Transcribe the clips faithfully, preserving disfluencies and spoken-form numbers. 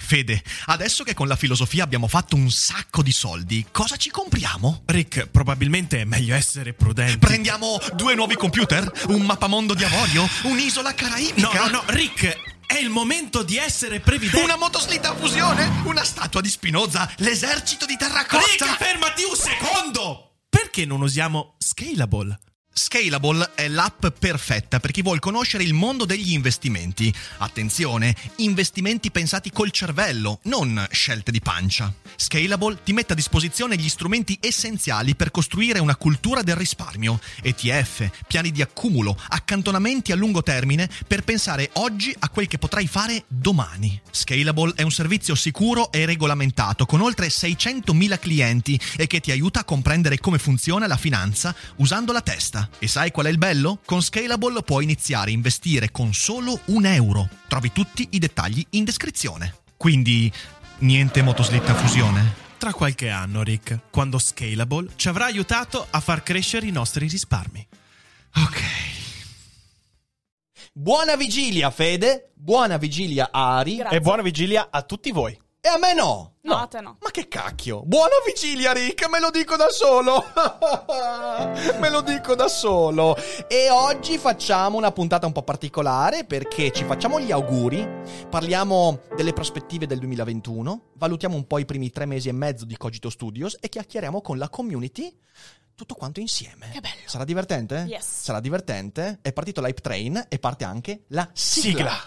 Fede, adesso che con la filosofia abbiamo fatto un sacco di soldi, cosa ci compriamo? Rick, probabilmente è meglio essere prudenti. Prendiamo due nuovi computer? Un mappamondo di avorio? Un'isola caraibica? No, no, no, Rick, è il momento di essere previdenti. Una motoslitta a fusione? Una statua di Spinoza? L'esercito di terracotta? Rick, fermati un secondo! Perché non usiamo Scalable? Scalable è l'app perfetta per chi vuol conoscere il mondo degli investimenti. Attenzione, investimenti pensati col cervello, non scelte di pancia. Scalable ti mette a disposizione gli strumenti essenziali per costruire una cultura del risparmio, E T F, piani di accumulo, accantonamenti a lungo termine per pensare oggi a quel che potrai fare domani. Scalable è un servizio sicuro e regolamentato con oltre seicentomila clienti e che ti aiuta a comprendere come funziona la finanza usando la testa. E sai qual è il bello? Con Scalable puoi iniziare a investire con solo un euro. Trovi tutti i dettagli in descrizione. Quindi, niente motoslitta a fusione? Tra qualche anno, Rick, quando Scalable ci avrà aiutato a far crescere i nostri risparmi. Ok. Buona vigilia, Fede. Buona vigilia, Ari. Grazie. E buona vigilia a tutti voi. E a me no. No, a te no. Ma che cacchio. Buona vigilia, Rick. Me lo dico da solo. Me lo dico da solo. E oggi facciamo una puntata un po' particolare perché ci facciamo gli auguri, parliamo delle prospettive del duemilaventuno, valutiamo un po' i primi tre mesi e mezzo di Cogito Studios e chiacchieriamo con la community tutto quanto insieme. Che bello. Sarà divertente? Yes. Sarà divertente. È partito l'Hype Train e parte anche la sigla. Sigla.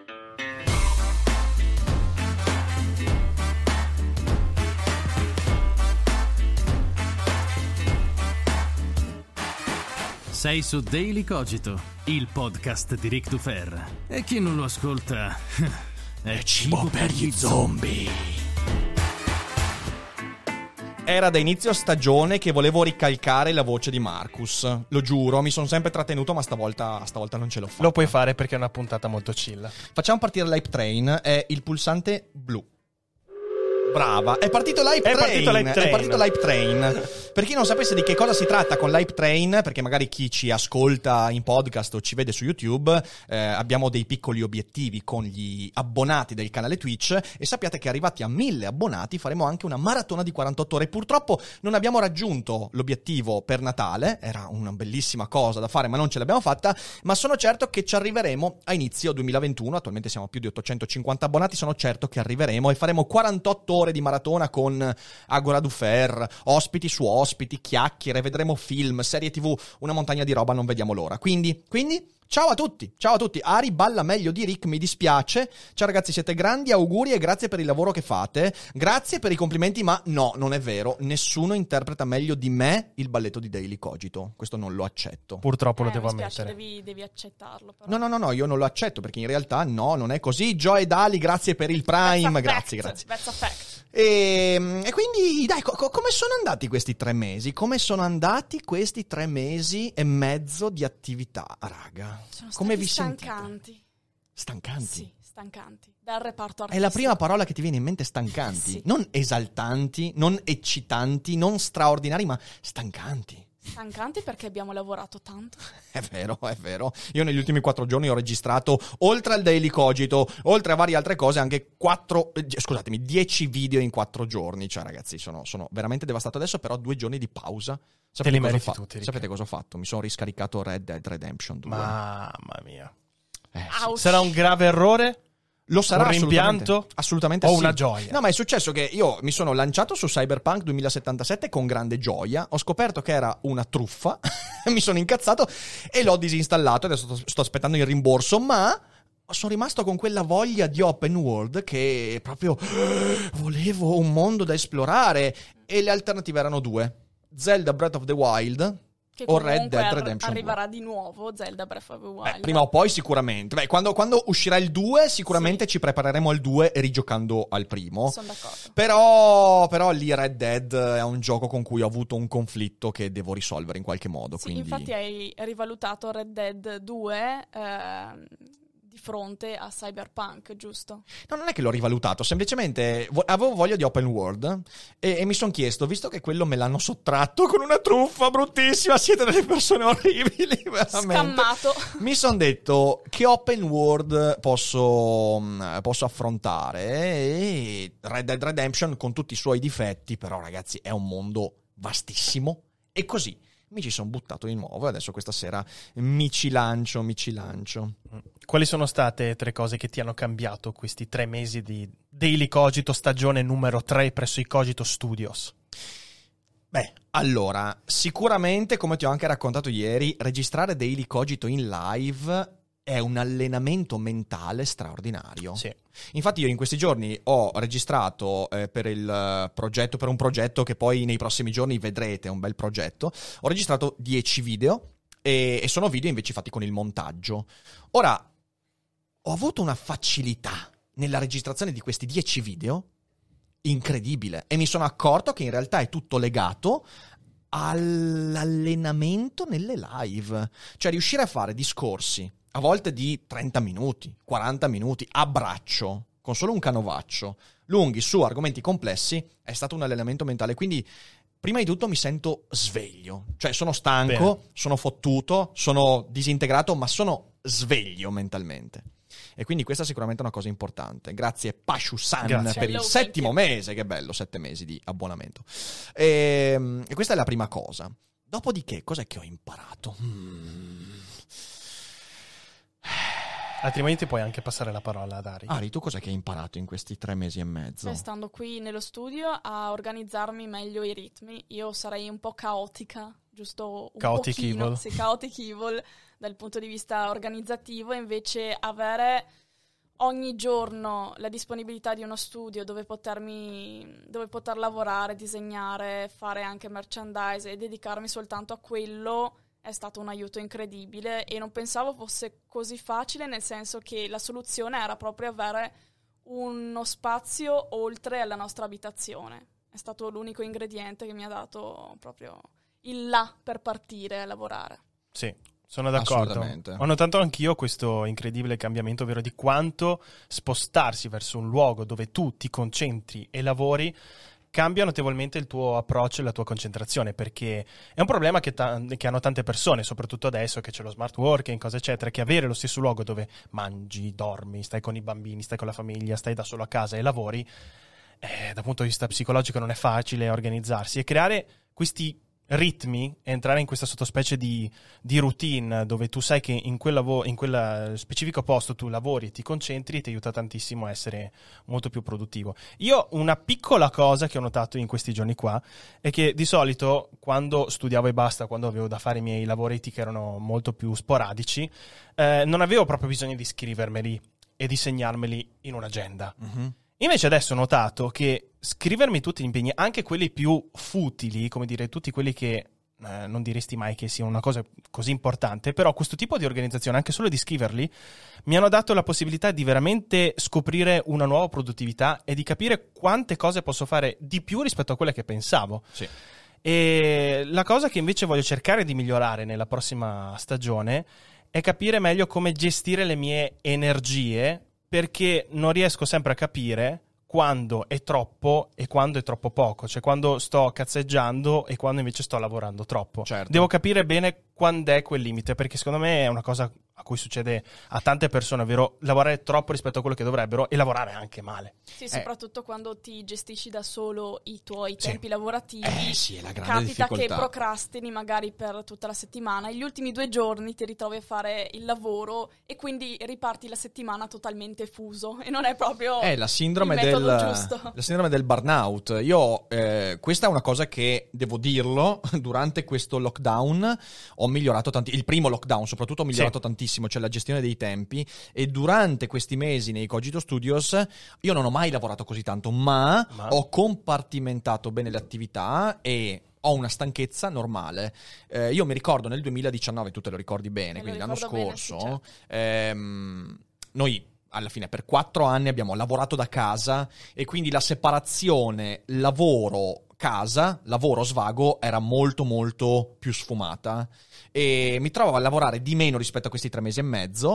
Sei su Daily Cogito, il podcast di Rick Dufer. E chi non lo ascolta è cibo per gli zombie. Era da inizio stagione che volevo ricalcare la voce di Marcus. Lo giuro, mi sono sempre trattenuto, ma stavolta, stavolta non ce l'ho fatta. Lo puoi fare perché è una puntata molto chill. Facciamo partire l'Hype Train, è il pulsante blu. Brava, è partito l'Hype È Train. partito l'Hype Train. È partito l'Hype Train. Per chi non sapesse di che cosa si tratta con l'Hype Train, perché magari chi ci ascolta in podcast o ci vede su YouTube, eh, abbiamo dei piccoli obiettivi con gli abbonati del canale Twitch e sappiate che arrivati a mille abbonati faremo anche una maratona di quarantotto ore. Purtroppo non abbiamo raggiunto l'obiettivo per Natale, era una bellissima cosa da fare ma non ce l'abbiamo fatta, ma sono certo che ci arriveremo a inizio duemilaventuno, attualmente siamo a più di ottocentocinquanta abbonati, sono certo che arriveremo e faremo quarantotto ore di maratona con Agora Dufer, ospiti su ospiti, chiacchiere, vedremo film, serie tv, una montagna di roba, non vediamo l'ora. Quindi, quindi ciao a tutti, ciao a tutti. Ari balla meglio di Rick, mi dispiace. Ciao ragazzi, siete grandi, auguri e grazie per il lavoro che fate. Grazie per i complimenti, ma no, non è vero. Nessuno interpreta meglio di me il balletto di Daily Cogito. Questo non lo accetto. Purtroppo lo Eh, devo mi spiace, ammettere. devi, devi accettarlo. Però. No, no, no, no, io non lo accetto perché in realtà no, non è così. Joy Dali, grazie per il Prime, That's a grazie, fact, grazie. That's a fact. E, e quindi, dai, co- co- come sono andati questi tre mesi? Come sono andati questi tre mesi e mezzo di attività, raga? Sono Come stati vi sentite? stancanti. Stancanti? Sì, stancanti. Dal reparto È artistico. la prima parola che ti viene in mente, stancanti. Sì. Non esaltanti, non eccitanti, non straordinari, ma stancanti. Stancanti perché abbiamo lavorato tanto. È vero, è vero. Io negli ultimi quattro giorni ho registrato, oltre al Daily Cogito, oltre a varie altre cose, anche quattro, eh, scusatemi, dieci video in quattro giorni. Cioè, ragazzi, sono, sono veramente devastato adesso, però due giorni di pausa. Sapete li cosa ho meriti fatto? tutti, Rick. Sapete cosa ho fatto? Mi sono riscaricato Red Dead Redemption due. Mamma mia. Eh, sì. Ouch. Sarà un grave errore? Lo sarà un rimpianto? assolutamente, assolutamente o sì. una gioia? No, ma è successo che io mi sono lanciato su Cyberpunk duemilasettantasette con grande gioia, ho scoperto che era una truffa, mi sono incazzato e l'ho disinstallato, adesso sto, sto aspettando il rimborso, ma sono rimasto con quella voglia di open world che proprio volevo un mondo da esplorare e le alternative erano due: Zelda Breath of the Wild Che o comunque Red Dead ar- Redemption arriverà di nuovo Zelda Breath of the Wild. Beh, prima o poi sicuramente. Beh, quando, quando uscirà il due sicuramente Sì. ci prepareremo al due rigiocando al primo. Sono d'accordo. Però, però lì Red Dead è un gioco con cui ho avuto un conflitto che devo risolvere in qualche modo. Sì, quindi... infatti hai rivalutato Red Dead due eh, di fronte a Cyberpunk, giusto? No, non è che l'ho rivalutato, semplicemente vo- avevo voglia di open world e, e mi sono chiesto, visto che quello me l'hanno sottratto con una truffa bruttissima, siete delle persone orribili, veramente. Scammato. Mi sono detto che open world posso, posso affrontare e Red Dead Redemption con tutti i suoi difetti, però ragazzi è un mondo vastissimo e così mi ci sono buttato di nuovo e adesso questa sera mi ci lancio, mi ci lancio. Quali sono state tre cose che ti hanno cambiato questi tre mesi di Daily Cogito stagione numero tre presso i Cogito Studios? Beh, allora, sicuramente, come ti ho anche raccontato ieri, registrare Daily Cogito in live è un allenamento mentale straordinario. Sì. Infatti io in questi giorni ho registrato eh, per il progetto, per un progetto che poi nei prossimi giorni vedrete, è un bel progetto, ho registrato dieci video e, e sono video invece fatti con il montaggio. Ora, ho avuto una facilità nella registrazione di questi dieci video incredibile e mi sono accorto che in realtà è tutto legato all'allenamento nelle live, cioè riuscire a fare discorsi a volte di trenta minuti, quaranta minuti a braccio con solo un canovaccio, lunghi su argomenti complessi, è stato un allenamento mentale. Quindi prima di tutto mi sento sveglio, cioè sono stanco, Bene. sono fottuto, sono disintegrato, ma sono sveglio mentalmente. E quindi questa è sicuramente una cosa importante. Grazie Pashu-san Grazie. per il Hello, settimo mese, che bello, sette mesi di abbonamento. E, e questa è la prima cosa. Dopodiché, cos'è che ho imparato? Hmm. Altrimenti puoi anche passare la parola ad Ari. Ari, tu cos'è che hai imparato in questi tre mesi e mezzo? Cioè, stando qui nello studio a organizzarmi meglio i ritmi, io sarei un po' caotica, giusto un Chaotic pochino, evil. sì, chaotic evil dal punto di vista organizzativo, invece avere ogni giorno la disponibilità di uno studio dove potermi dove poter lavorare, disegnare, fare anche merchandise e dedicarmi soltanto a quello è stato un aiuto incredibile e non pensavo fosse così facile, nel senso che la soluzione era proprio avere uno spazio oltre alla nostra abitazione. È stato l'unico ingrediente che mi ha dato proprio il là per partire a lavorare. Sì, sono d'accordo. Assolutamente. Ho notato anch'io questo incredibile cambiamento, ovvero di quanto spostarsi verso un luogo dove tu ti concentri e lavori cambia notevolmente il tuo approccio e la tua concentrazione, perché è un problema che, ta- che hanno tante persone, soprattutto adesso che c'è lo smart working, cose eccetera, che avere lo stesso luogo dove mangi, dormi, stai con i bambini, stai con la famiglia, stai da solo a casa e lavori, eh, dal punto di vista psicologico non è facile organizzarsi e creare questi ritmi, entrare in questa sottospecie di, di routine dove tu sai che in quel, lavo- in quel specifico posto tu lavori e ti concentri, ti aiuta tantissimo a essere molto più produttivo. Io una piccola cosa che ho notato in questi giorni qua è che di solito quando studiavo e basta, quando avevo da fare i miei lavoretti che erano molto più sporadici, eh, non avevo proprio bisogno di scrivermeli e di segnarmeli in un'agenda. Mm-hmm. Invece adesso ho notato che scrivermi tutti gli impegni, anche quelli più futili, come dire, tutti quelli che eh, non diresti mai che siano una cosa così importante, però questo tipo di organizzazione, anche solo di scriverli, mi hanno dato la possibilità di veramente scoprire una nuova produttività e di capire quante cose posso fare di più rispetto a quelle che pensavo. Sì. E la cosa che invece voglio cercare di migliorare nella prossima stagione è capire meglio come gestire le mie energie, perché non riesco sempre a capire quando è troppo e quando è troppo poco, cioè quando sto cazzeggiando e quando invece sto lavorando troppo. Certo. Devo capire bene quando è quel limite, perché secondo me è una cosa a cui succede a tante persone, ovvero lavorare troppo rispetto a quello che dovrebbero e lavorare anche male. Sì, soprattutto quando ti gestisci da solo i tuoi Sì. tempi lavorativi. Eh sì, è la grande Capita difficoltà. che procrastini magari per tutta la settimana, gli ultimi due giorni ti ritrovi a fare il lavoro e quindi riparti la settimana totalmente fuso e non è proprio È la sindrome il del metodo giusto. la sindrome del burnout. Io eh, questa è una cosa che devo dirlo, durante questo lockdown ho migliorato tanti, il primo lockdown soprattutto ho migliorato Sì. tantissimo, cioè la gestione dei tempi, e durante questi mesi nei Cogito Studios io non ho mai lavorato così tanto, ma, Ma? ho compartimentato bene le attività e ho una stanchezza normale. Eh, io mi ricordo nel duemiladiciannove, tu te lo ricordi bene, Me lo quindi l'anno ricordo bene, scorso, sì, certo. ehm, noi alla fine per quattro anni abbiamo lavorato da casa e quindi la separazione lavoro-casa, lavoro-svago era molto molto più sfumata e mi trovavo a lavorare di meno rispetto a questi tre mesi e mezzo,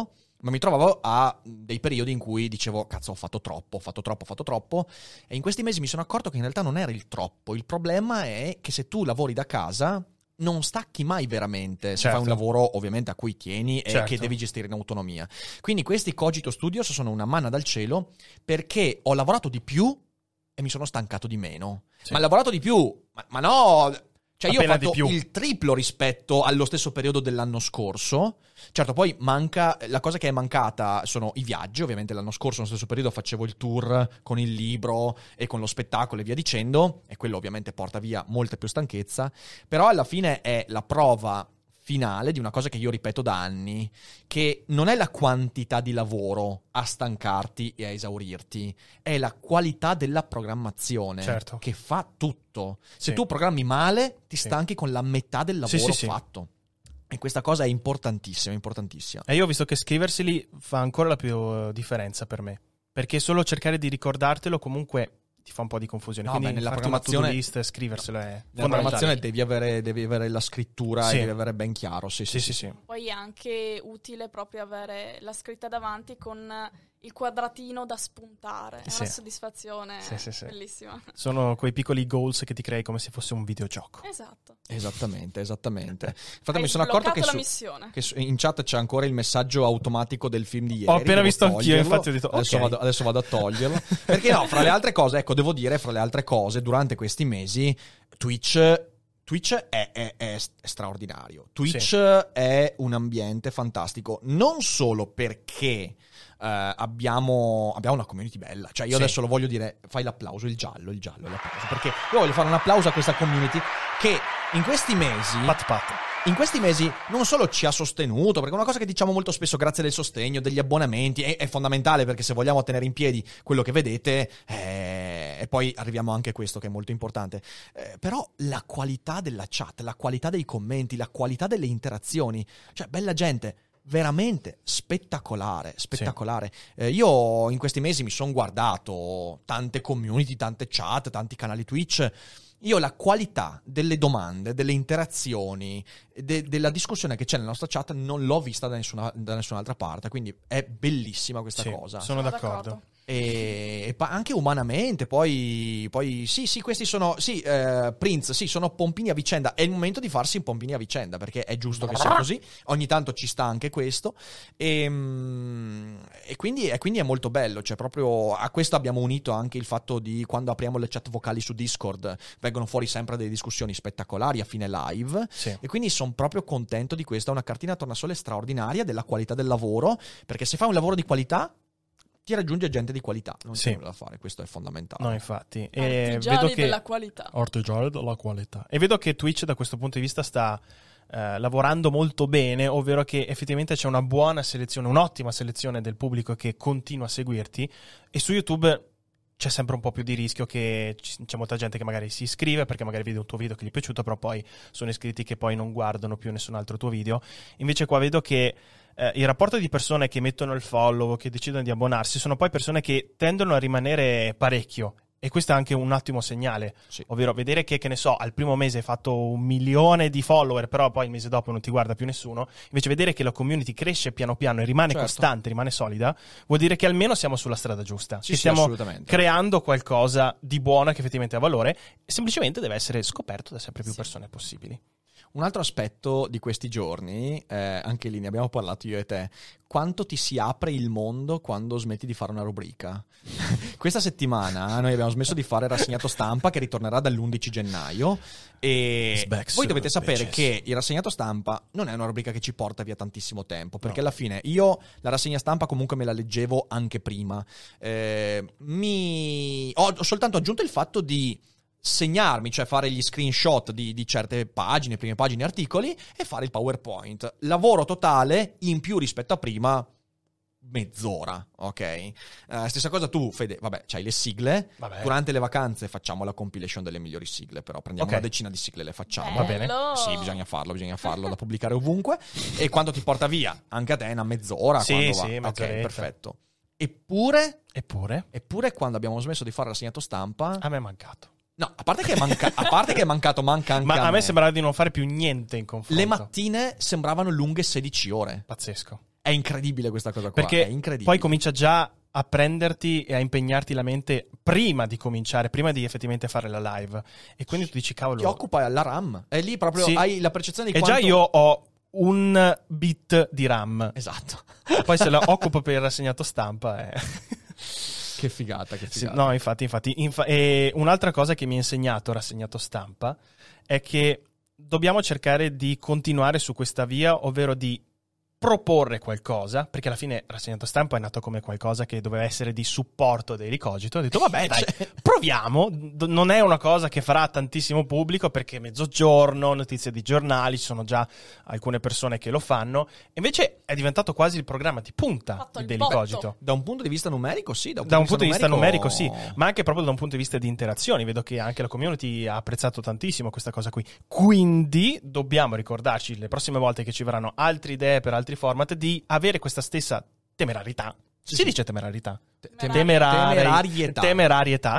ma mi trovavo a dei periodi in cui dicevo, cazzo, ho fatto troppo, ho fatto troppo, ho fatto troppo, e in questi mesi mi sono accorto che in realtà non era il troppo, il problema è che se tu lavori da casa non stacchi mai veramente, se Certo. fai un lavoro ovviamente a cui tieni e Certo. che devi gestire in autonomia. Quindi questi Cogito Studios sono una manna dal cielo, perché ho lavorato di più e mi sono stancato di meno. Sì. Ma ho lavorato di più, ma, ma no... Cioè io ho Appena di fatto più. il triplo rispetto allo stesso periodo dell'anno scorso. Certo, poi manca, la cosa che è mancata sono i viaggi. Ovviamente l'anno scorso, nello stesso periodo, facevo il tour con il libro e con lo spettacolo e via dicendo, e quello ovviamente porta via molta più stanchezza. Però alla fine è la prova finale di una cosa che io ripeto da anni, che non è la quantità di lavoro a stancarti e a esaurirti, è la qualità della programmazione, Certo. che fa tutto. Se Sì. tu programmi male, ti Sì. stanchi con la metà del Sì, lavoro sì, sì. fatto. E questa cosa è importantissima, importantissima. E io ho visto che scriverseli fa ancora la più eh, differenza per me. Perché solo cercare di ricordartelo comunque ti fa un po' di confusione. No, Quindi beh, nella farti una programmazione- to-do list e scriverselo è Nella fondamentale. programmazione devi avere, devi avere la scrittura Sì. e devi avere ben chiaro. Sì, Sì, sì, sì, sì. Poi è anche utile proprio avere la scritta davanti con il quadratino da spuntare. È Sì. una soddisfazione Sì, sì, sì. bellissima. Sono quei piccoli goals che ti crei come se fosse un videogioco. Esatto. Esattamente, esattamente. Infatti Hai mi sono accorto sbloccato che, la su- missione. che su- in chat c'è ancora il messaggio automatico del film di ieri. Ho appena devo visto anch'io, toglierlo. infatti ho detto, adesso, ok. vado, adesso vado a toglierlo. Perché no, fra le altre cose, ecco, devo dire, fra le altre cose, durante questi mesi Twitch... Twitch è, è- è st- è straordinario. Twitch Sì. è un ambiente fantastico, non solo perché eh, abbiamo, abbiamo una community bella. Cioè, io Sì. adesso lo voglio dire, fai l'applauso, il giallo, il giallo, l'applauso. Perché io voglio fare un applauso a questa community che in questi mesi... Pat pat. In questi mesi non solo ci ha sostenuto, perché una cosa che diciamo molto spesso, grazie del sostegno, degli abbonamenti, è, è fondamentale, perché se vogliamo tenere in piedi quello che vedete, eh, e poi arriviamo anche a questo che è molto importante, eh, però la qualità della chat, la qualità dei commenti, la qualità delle interazioni, cioè bella gente, veramente spettacolare, spettacolare. Eh, io in questi mesi mi sono guardato tante community, tante chat, tanti canali Twitch. Io la qualità delle domande, delle interazioni, de- della discussione che c'è nella nostra chat non l'ho vista da, nessuna, da nessun'altra parte, quindi è bellissima questa Sì, cosa. sono d'accordo. E, e pa- anche umanamente, poi, poi sì, sì, questi sono, sì, eh, Prince, sì, sono pompini a vicenda. È il momento di farsi pompini a vicenda, perché è giusto che sia così. Ogni tanto ci sta anche questo. E, mm, e, quindi, e quindi è molto bello. Cioè, proprio a questo abbiamo unito anche il fatto di quando apriamo le chat vocali su Discord, vengono fuori sempre delle discussioni spettacolari a fine live. Sì. E quindi sono proprio contento di questo. È una cartina tornasole straordinaria della qualità del lavoro, perché se fai un lavoro di qualità ti raggiunge gente di qualità, non Sì. c'è nulla da fare, questo è fondamentale. No, infatti. E Artigiani vedo che... della qualità. Artigiani della qualità. E vedo che Twitch da questo punto di vista sta eh, lavorando molto bene, ovvero che effettivamente c'è una buona selezione, un'ottima selezione del pubblico che continua a seguirti, e su YouTube c'è sempre un po' più di rischio che ci- c'è molta gente che magari si iscrive perché magari vede un tuo video che gli è piaciuto, però poi sono iscritti che poi non guardano più nessun altro tuo video. Invece qua vedo che eh, il rapporto di persone che mettono il follow, che decidono di abbonarsi, sono poi persone che tendono a rimanere parecchio. E questo è anche un ottimo segnale, Sì. ovvero vedere che, che ne so, al primo mese hai fatto un milione di follower, però poi il mese dopo non ti guarda più nessuno. Invece vedere che la community cresce piano piano e rimane Certo. costante, rimane solida, vuol dire che almeno siamo sulla strada giusta. Sì, che sì, stiamo assolutamente. creando qualcosa di buono che effettivamente ha valore, e semplicemente deve essere scoperto da sempre più Sì. persone possibili. Un altro aspetto di questi giorni, eh, anche lì ne abbiamo parlato io e te, quanto ti si apre il mondo quando smetti di fare una rubrica. Questa settimana noi abbiamo smesso di fare rassegnato stampa, che ritornerà dall'undici gennaio, e It's back, voi dovete son of sapere bitches. che il rassegnato stampa non è una rubrica che ci porta via tantissimo tempo, perché alla fine io la rassegna stampa comunque me la leggevo anche prima. Eh, mi... Ho soltanto aggiunto il fatto di segnarmi, cioè fare gli screenshot di, di certe pagine, prime pagine, articoli, e fare il PowerPoint. Lavoro totale in più rispetto a prima, mezz'ora, ok? Eh, stessa cosa tu, Fede, vabbè, c'hai le sigle. Vabbè. Durante le vacanze facciamo la compilation delle migliori sigle, però prendiamo Ok. una decina di sigle e le facciamo. Va bene. Bello. Sì, bisogna farlo, bisogna farlo da pubblicare ovunque. E quando ti porta via, anche a te, una mezz'ora. Sì, quando sì, va. Ok, mezz'oretta. perfetto. Eppure, Eppure, eppure quando abbiamo smesso di fare rassegnato stampa... a me è mancato. No, a parte che è, manca- a parte che è mancato, manca anche Ma a, a me sembrava di non fare più niente in confronto. Le mattine sembravano lunghe sedici ore. Pazzesco. È incredibile questa cosa qua. Perché è incredibile. poi comincia già a prenderti e a impegnarti la mente prima di cominciare, prima di effettivamente fare la live. E quindi tu dici, cavolo... Ti occupa la RAM. E lì proprio Sì. hai la percezione di E quanto... già io ho un bit di RAM. Esatto. Poi se la occupo per il rassegnato stampa è... Che figata, che Sì, figata. no, infatti, infatti. Infa- e un'altra cosa che mi ha insegnato rassegnato stampa è che dobbiamo cercare di continuare su questa via, ovvero di proporre qualcosa, perché alla fine rassegnato stampa è nato come qualcosa che doveva essere di supporto dei Licogito. Ho detto vabbè dai, proviamo. D- non è una cosa che farà tantissimo pubblico, perché mezzogiorno, notizie di giornali, ci sono già alcune persone che lo fanno. Invece è diventato quasi il programma di punta Fatto di il Daily botto. Cogito. Da un punto di vista numerico, sì. Da un Da un punto di vista numerico sì, ma anche proprio da un punto di vista di interazioni. Vedo che anche la community ha apprezzato tantissimo questa cosa qui. Quindi dobbiamo ricordarci le prossime volte che ci verranno altre idee per altri format di avere questa stessa temerarità. Sì, si sì. dice temerarità? Tem- Temerari- temerarietà. temerarietà.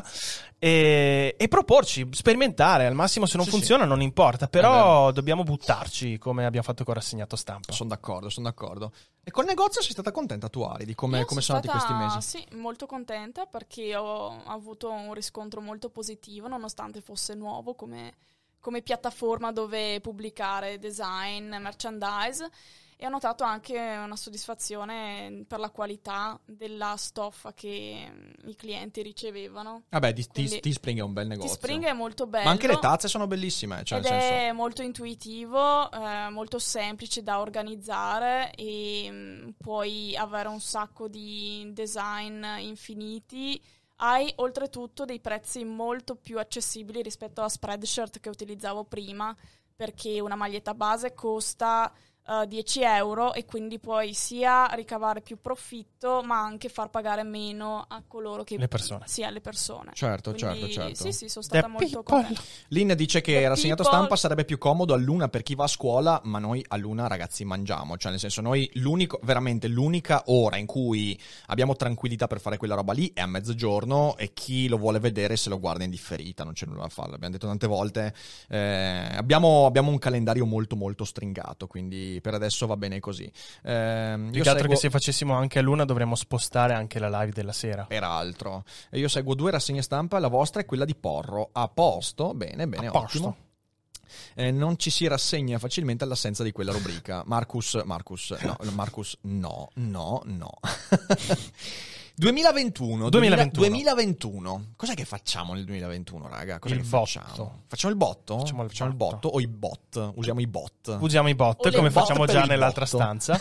E, e proporci, sperimentare. Al massimo, se non Sì, funziona, sì. non importa. È Però dobbiamo buttarci come abbiamo fatto con rassegnato stampa. Sono d'accordo, sono d'accordo. E col negozio sei stata contenta tu, Ari, di come, Io come sono andati stata, questi mesi? Sì, molto contenta perché ho avuto un riscontro molto positivo, nonostante fosse nuovo come, come piattaforma dove pubblicare design, merchandise. E ho notato anche una soddisfazione per la qualità della stoffa che i clienti ricevevano. Vabbè, di, Quindi- Teespring è un bel negozio. Teespring è molto bello. Ma anche le tazze sono bellissime. Cioè, ed nel senso... è molto intuitivo, eh, molto semplice da organizzare e mh, puoi avere un sacco di design infiniti. Hai oltretutto dei prezzi molto più accessibili rispetto a Spreadshirt che utilizzavo prima, perché una maglietta base costa uh, dieci euro e quindi puoi sia ricavare più profitto ma anche far pagare meno a coloro che... Le persone. Sì, alle persone. Certo, Quindi, certo, certo. Sì, sì, sono stata The molto people. contenta. Lin dice che The rassegnato people- stampa sarebbe più comodo a Luna per chi va a scuola, ma noi a Luna ragazzi mangiamo, cioè nel senso noi l'unico, veramente l'unica ora in cui abbiamo tranquillità per fare quella roba lì è a mezzogiorno e chi lo vuole vedere se lo guarda in differita, non c'è nulla da fare, l'abbiamo detto tante volte, eh, abbiamo, abbiamo un calendario molto molto stringato, quindi per adesso va bene così. Eh, Più io che altro seguo- che se facessimo anche a Luna dovremmo spostare anche la live della sera. Peraltro, io seguo due rassegne stampa, la vostra è quella di Porro. A posto, bene, bene, A posto. ottimo. Eh, non ci si rassegna facilmente all'assenza di quella rubrica. Marcus, Marcus, no, Marcus, no, no, no. duemilaventuno, duemilaventuno. duemilaventuno. Cos'è che facciamo nel duemilaventuno, raga? Cos'è Il che botto. facciamo? Facciamo il botto? Facciamo il il botto. botto o i bot? Usiamo i bot. Usiamo i bot O le come bot facciamo per già il nell'altra botto. stanza.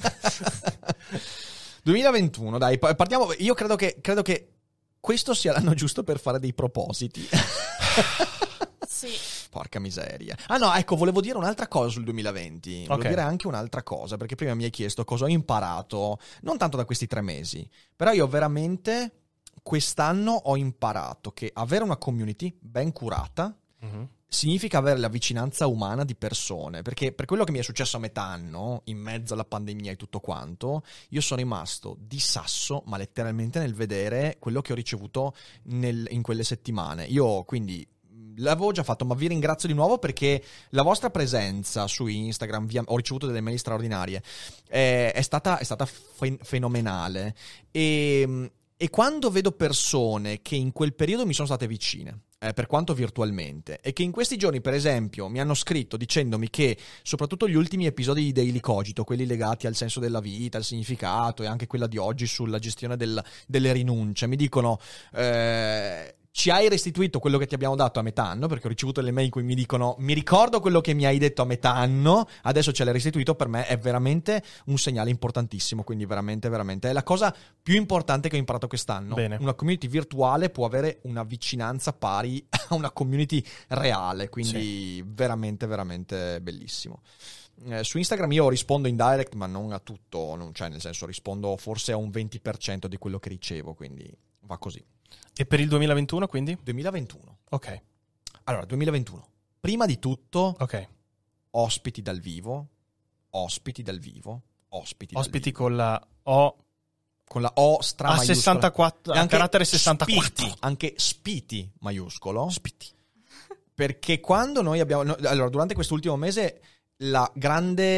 duemilaventuno, dai, pa- partiamo. Io credo che, credo che questo sia l'anno giusto per fare dei propositi. Sì. Porca miseria. Ah no, ecco, volevo dire un'altra cosa sul duemilaventi. Volevo Ok. dire anche un'altra cosa, perché prima mi hai chiesto cosa ho imparato, non tanto da questi tre mesi, però io veramente quest'anno ho imparato che avere una community ben curata Mhm. significa avere la vicinanza umana di persone, perché per quello che mi è successo a metà anno, in mezzo alla pandemia e tutto quanto, io sono rimasto di sasso, ma letteralmente nel vedere quello che ho ricevuto nel- in quelle settimane. Io quindi mh, l'avevo già fatto, ma vi ringrazio di nuovo perché la vostra presenza su Instagram, via- ho ricevuto delle mail straordinarie, eh, è stata, è stata fen- fenomenale e... mh, E quando vedo persone che in quel periodo mi sono state vicine, eh, per quanto virtualmente, e che in questi giorni, per esempio, mi hanno scritto dicendomi che soprattutto gli ultimi episodi di Daily Cogito, quelli legati al senso della vita, al significato, e anche quella di oggi sulla gestione del- delle rinunce, mi dicono... Eh, ci hai restituito quello che ti abbiamo dato a metà anno, perché ho ricevuto le mail in cui mi dicono mi ricordo quello che mi hai detto a metà anno, adesso ce l'hai restituito, per me è veramente un segnale importantissimo, quindi veramente veramente è la cosa più importante che ho imparato quest'anno. Bene. Una community virtuale può avere una vicinanza pari a una community reale, quindi veramente veramente bellissimo. Eh, su Instagram io rispondo in direct, ma non a tutto, non, cioè nel senso rispondo forse a un venti per cento di quello che ricevo, quindi va così. E per il duemilaventuno quindi? duemilaventuno. Ok, Allora, duemilaventuno. Prima di tutto, ok. ospiti dal vivo, ospiti dal vivo, ospiti dal Ospiti vivo. con la O Con la O stra a maiuscola. sessantaquattro, E a anche carattere sessantaquattro. spiti, anche spiti maiuscolo. Spiti. Perché quando noi abbiamo... no, allora, durante quest'ultimo mese la grande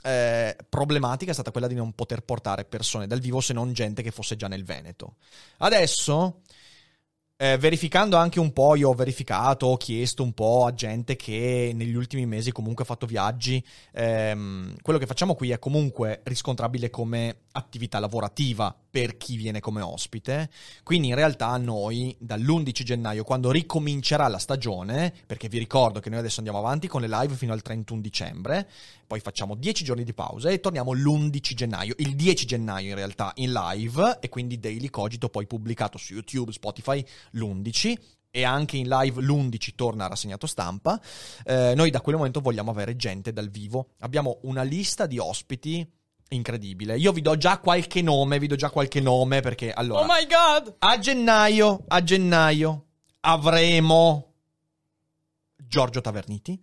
eh, problematica è stata quella di non poter portare persone dal vivo se non gente che fosse già nel Veneto. Adesso, eh, verificando anche un po', io ho verificato, ho chiesto un po' a gente che negli ultimi mesi comunque ha fatto viaggi, ehm, quello che facciamo qui è comunque riscontrabile come attività lavorativa per chi viene come ospite, quindi in realtà noi dall'undici gennaio, quando ricomincerà la stagione, perché vi ricordo che noi adesso andiamo avanti con le live fino al trentuno dicembre, poi facciamo dieci giorni di pausa e torniamo l'undici gennaio, il dieci gennaio in realtà in live, e quindi Daily Cogito poi pubblicato su YouTube, Spotify l'undici, e anche in live l'undici torna rassegnato stampa. Eh, noi da quel momento vogliamo avere gente dal vivo, abbiamo una lista di ospiti incredibile. Io vi do già qualche nome, vi do già qualche nome perché allora Oh my god! A gennaio, a gennaio avremo Giorgio Taverniti.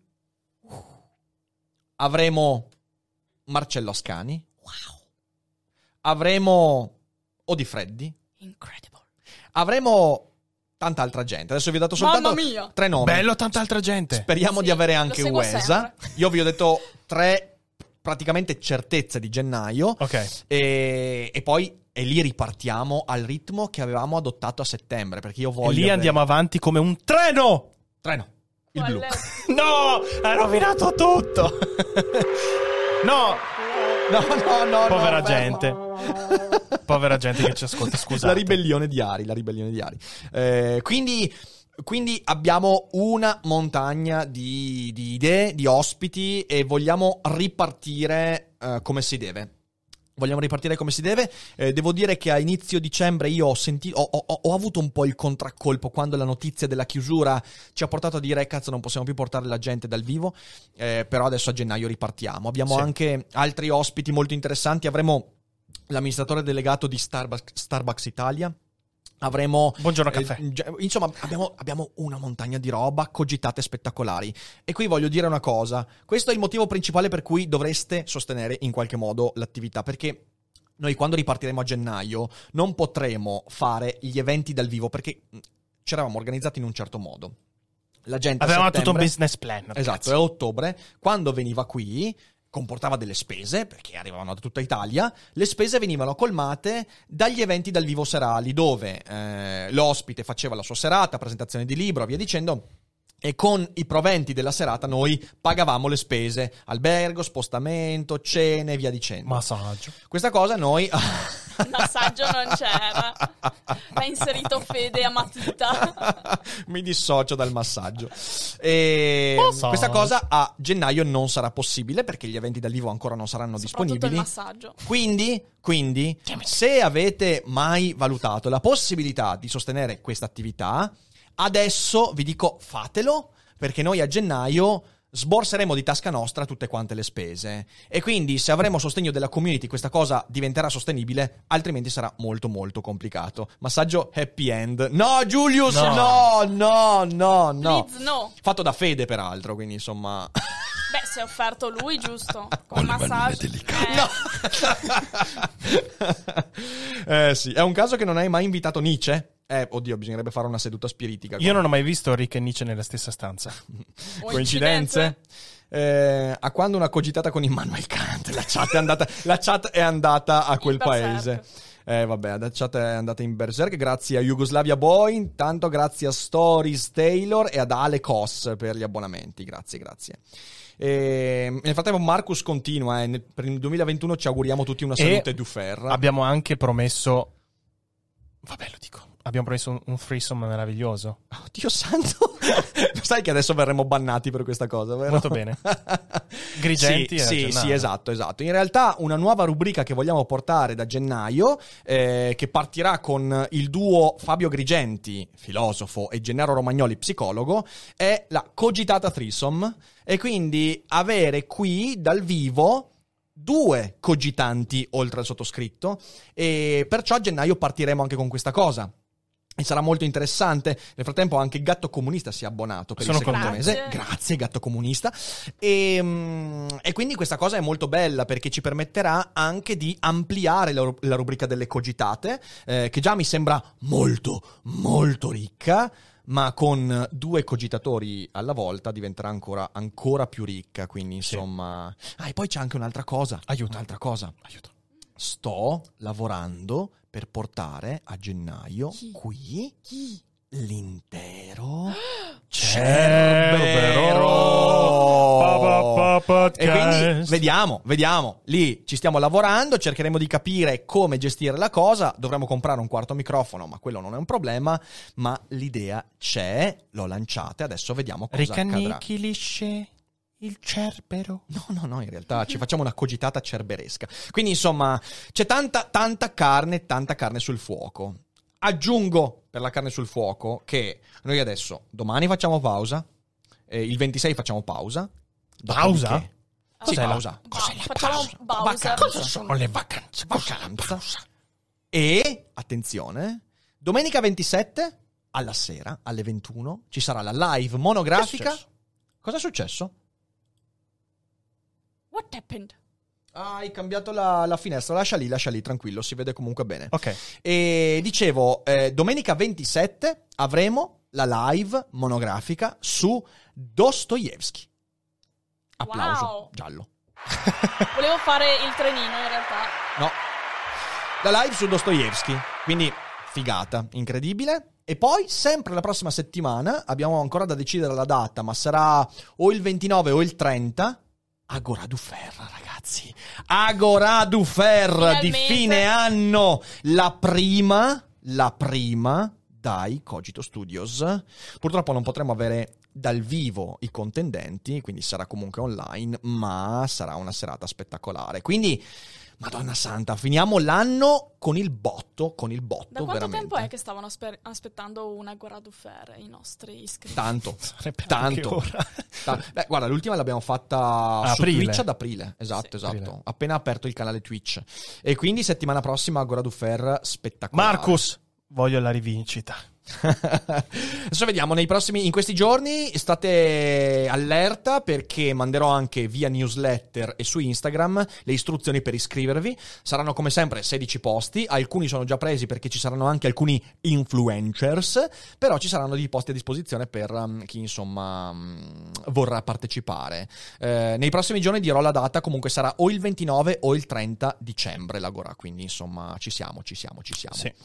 Avremo Marcello Ascani. Wow. Avremo Odi Freddi. Incredible. Avremo tanta altra gente. Adesso vi ho dato soltanto Mamma mia! tre nomi. Bello, tanta altra gente. Speriamo Sì, di avere lo anche seguo Uesa. sempre. Io vi ho detto tre praticamente certezze di gennaio. Ok. E, e poi e lì ripartiamo al ritmo che avevamo adottato a settembre, perché io E voglio lì avere- andiamo avanti come un treno. Treno. Il Qual blu. è? No, ha rovinato tutto. No, No, no, no. povera no, gente. Povera gente che ci ascolta, scusate. La ribellione di Ari, la ribellione di Ari. Eh, quindi, quindi abbiamo una montagna di, di idee, di ospiti, e vogliamo ripartire eh, come si deve. Vogliamo ripartire come si deve. Eh, devo dire che a inizio dicembre io ho, sentito, ho, ho, ho avuto un po' il contraccolpo quando la notizia della chiusura ci ha portato a dire cazzo, non possiamo più portare la gente dal vivo, eh, però adesso a gennaio ripartiamo. Abbiamo Sì. anche altri ospiti molto interessanti. Avremo l'amministratore delegato di Starbucks, Starbucks Italia. Avremo Buongiorno caffè. eh, gi- insomma abbiamo, abbiamo una montagna di roba, cogitate spettacolari. E qui voglio dire una cosa: questo è il motivo principale per cui dovreste sostenere in qualche modo l'attività, perché noi quando ripartiremo a gennaio non potremo fare gli eventi dal vivo, perché mh, ci eravamo organizzati in un certo modo. La gente a Avevamo tutto un settembre- business plan. Esatto, ragazzi. e a ottobre, quando veniva qui, comportava delle spese, perché arrivavano da tutta Italia. Le spese venivano colmate dagli eventi dal vivo serali, dove eh, l'ospite faceva la sua serata, presentazione di libro, via dicendo, e con i proventi della serata noi pagavamo le spese, albergo, spostamento, cene, via dicendo. Massaggio. Questa cosa noi... Il massaggio non c'era. Ha inserito Fede a matita. Mi dissocio dal massaggio. E Massaggio. questa cosa a gennaio non sarà possibile perché gli eventi dal vivo ancora non saranno Soprattutto il disponibili. massaggio. Quindi, quindi se avete mai valutato la possibilità di sostenere questa attività, adesso vi dico fatelo, perché noi a gennaio sborseremo di tasca nostra tutte quante le spese, e quindi se avremo sostegno della community questa cosa diventerà sostenibile, altrimenti sarà molto molto complicato. Massaggio happy end. No, Julius, no, no, no, no. Please, no. Fatto da Fede peraltro, quindi insomma... Beh, se è offerto lui, giusto. Con massaggio. Eh, eh sì, è un caso che non hai mai invitato Nietzsche? Eh, oddio, bisognerebbe fare una seduta spiritica. Io non ho mai visto Rick e Nietzsche nella stessa stanza. Coincidenze? Eh, a quando una cogitata con Immanuel Kant? La chat è andata, la chat è andata a quel In berserk. paese. Eh vabbè, la chat è andata in berserk. Grazie a Yugoslavia Boy, intanto grazie a Stories Taylor e ad Ale Cos per gli abbonamenti. Grazie, grazie. E nel frattempo Marcus continua, eh. Nel- per il duemilaventuno ci auguriamo tutti una salute E du fer. Abbiamo anche promesso... Vabbè, lo dico. Abbiamo promesso un, un threesome meraviglioso. Dio santo. Sai che adesso verremo bannati per questa cosa, vero? Molto bene. Grigenti Sì, e sì, Gennaro. sì, esatto, esatto. In realtà una nuova rubrica che vogliamo portare da gennaio, eh, che partirà con il duo Fabio Grigenti, filosofo, e Gennaro Romagnoli, psicologo, è la cogitata threesome, e quindi avere qui dal vivo due cogitanti oltre al sottoscritto, e perciò a gennaio partiremo anche con questa cosa. E sarà molto interessante. Nel frattempo anche Gatto Comunista si è abbonato per Sono il secondo contento. mese. Grazie Gatto Comunista. E, mm, e quindi questa cosa è molto bella perché ci permetterà anche di ampliare la, la rubrica delle cogitate, eh, che già mi sembra molto molto ricca. ma con due cogitatori alla volta diventerà ancora, ancora più ricca. Quindi insomma... Ah, e poi c'è anche un'altra cosa. Aiuto. Un'altra cosa. Aiuto. Sto lavorando per portare a gennaio Chi? qui Chi? l'intero Cerbero. E quindi vediamo, vediamo. Lì ci stiamo lavorando, cercheremo di capire come gestire la cosa. Dovremmo comprare un quarto microfono, ma quello non è un problema. Ma l'idea c'è, l'ho lanciata, adesso vediamo cosa accadrà. Ricannichilisce il cerbero. No, no, no, in realtà ci facciamo una cogitata cerberesca. Quindi insomma c'è tanta, tanta carne, tanta carne sul fuoco. Aggiungo per la carne sul fuoco che noi adesso domani facciamo pausa, eh, il ventisei facciamo pausa. Pausa? Dopodiché- Sì, Cos'è la- pausa. Cos'è la Facciamo pausa. Cosa sono le vacanze? Vacanza. E, attenzione, domenica ventisette alla sera, alle ventuno, ci sarà la live monografica. Che è successo? Cosa è successo? What happened? Ah, hai cambiato la, la finestra, lascia lì, lascia lì, tranquillo, si vede comunque bene. Ok. E dicevo, eh, domenica ventisette avremo la live monografica su Dostoevsky. Applauso, Wow. giallo. Volevo fare il trenino in realtà. No. La live su Dostoevsky, quindi figata, incredibile. E poi, sempre la prossima settimana, abbiamo ancora da decidere la data, ma sarà o il ventinove o il trenta, Agora du Fer, ragazzi. Agora du Fer di Finalmente. fine anno. La prima, la prima dai Cogito Studios. Purtroppo non potremo avere dal vivo i contendenti, quindi sarà comunque online, ma sarà una serata spettacolare. Quindi, Madonna Santa, finiamo l'anno con il botto, con il botto, Da quanto veramente. tempo è che stavano asper- aspettando una Agora du Fer i nostri iscritti? Tanto, Sarebbe tanto. anche ora. Ta- Beh, guarda, l'ultima l'abbiamo fatta su Aprile. Twitch ad aprile. Esatto, Sì. esatto. Aprile. Appena aperto il canale Twitch. E quindi settimana prossima Agora du Fer spettacolare. Marcus, voglio la rivincita. Adesso vediamo nei prossimi, in questi giorni state allerta perché manderò anche via newsletter e su Instagram le istruzioni per iscrivervi. Saranno come sempre sedici posti, alcuni sono già presi perché ci saranno anche alcuni influencers, però ci saranno dei posti a disposizione per um, chi insomma um, vorrà partecipare. Eh, nei prossimi giorni dirò la data, comunque sarà o il ventinove o il trenta dicembre l'Agora, quindi insomma ci siamo, ci siamo, ci siamo. Sì.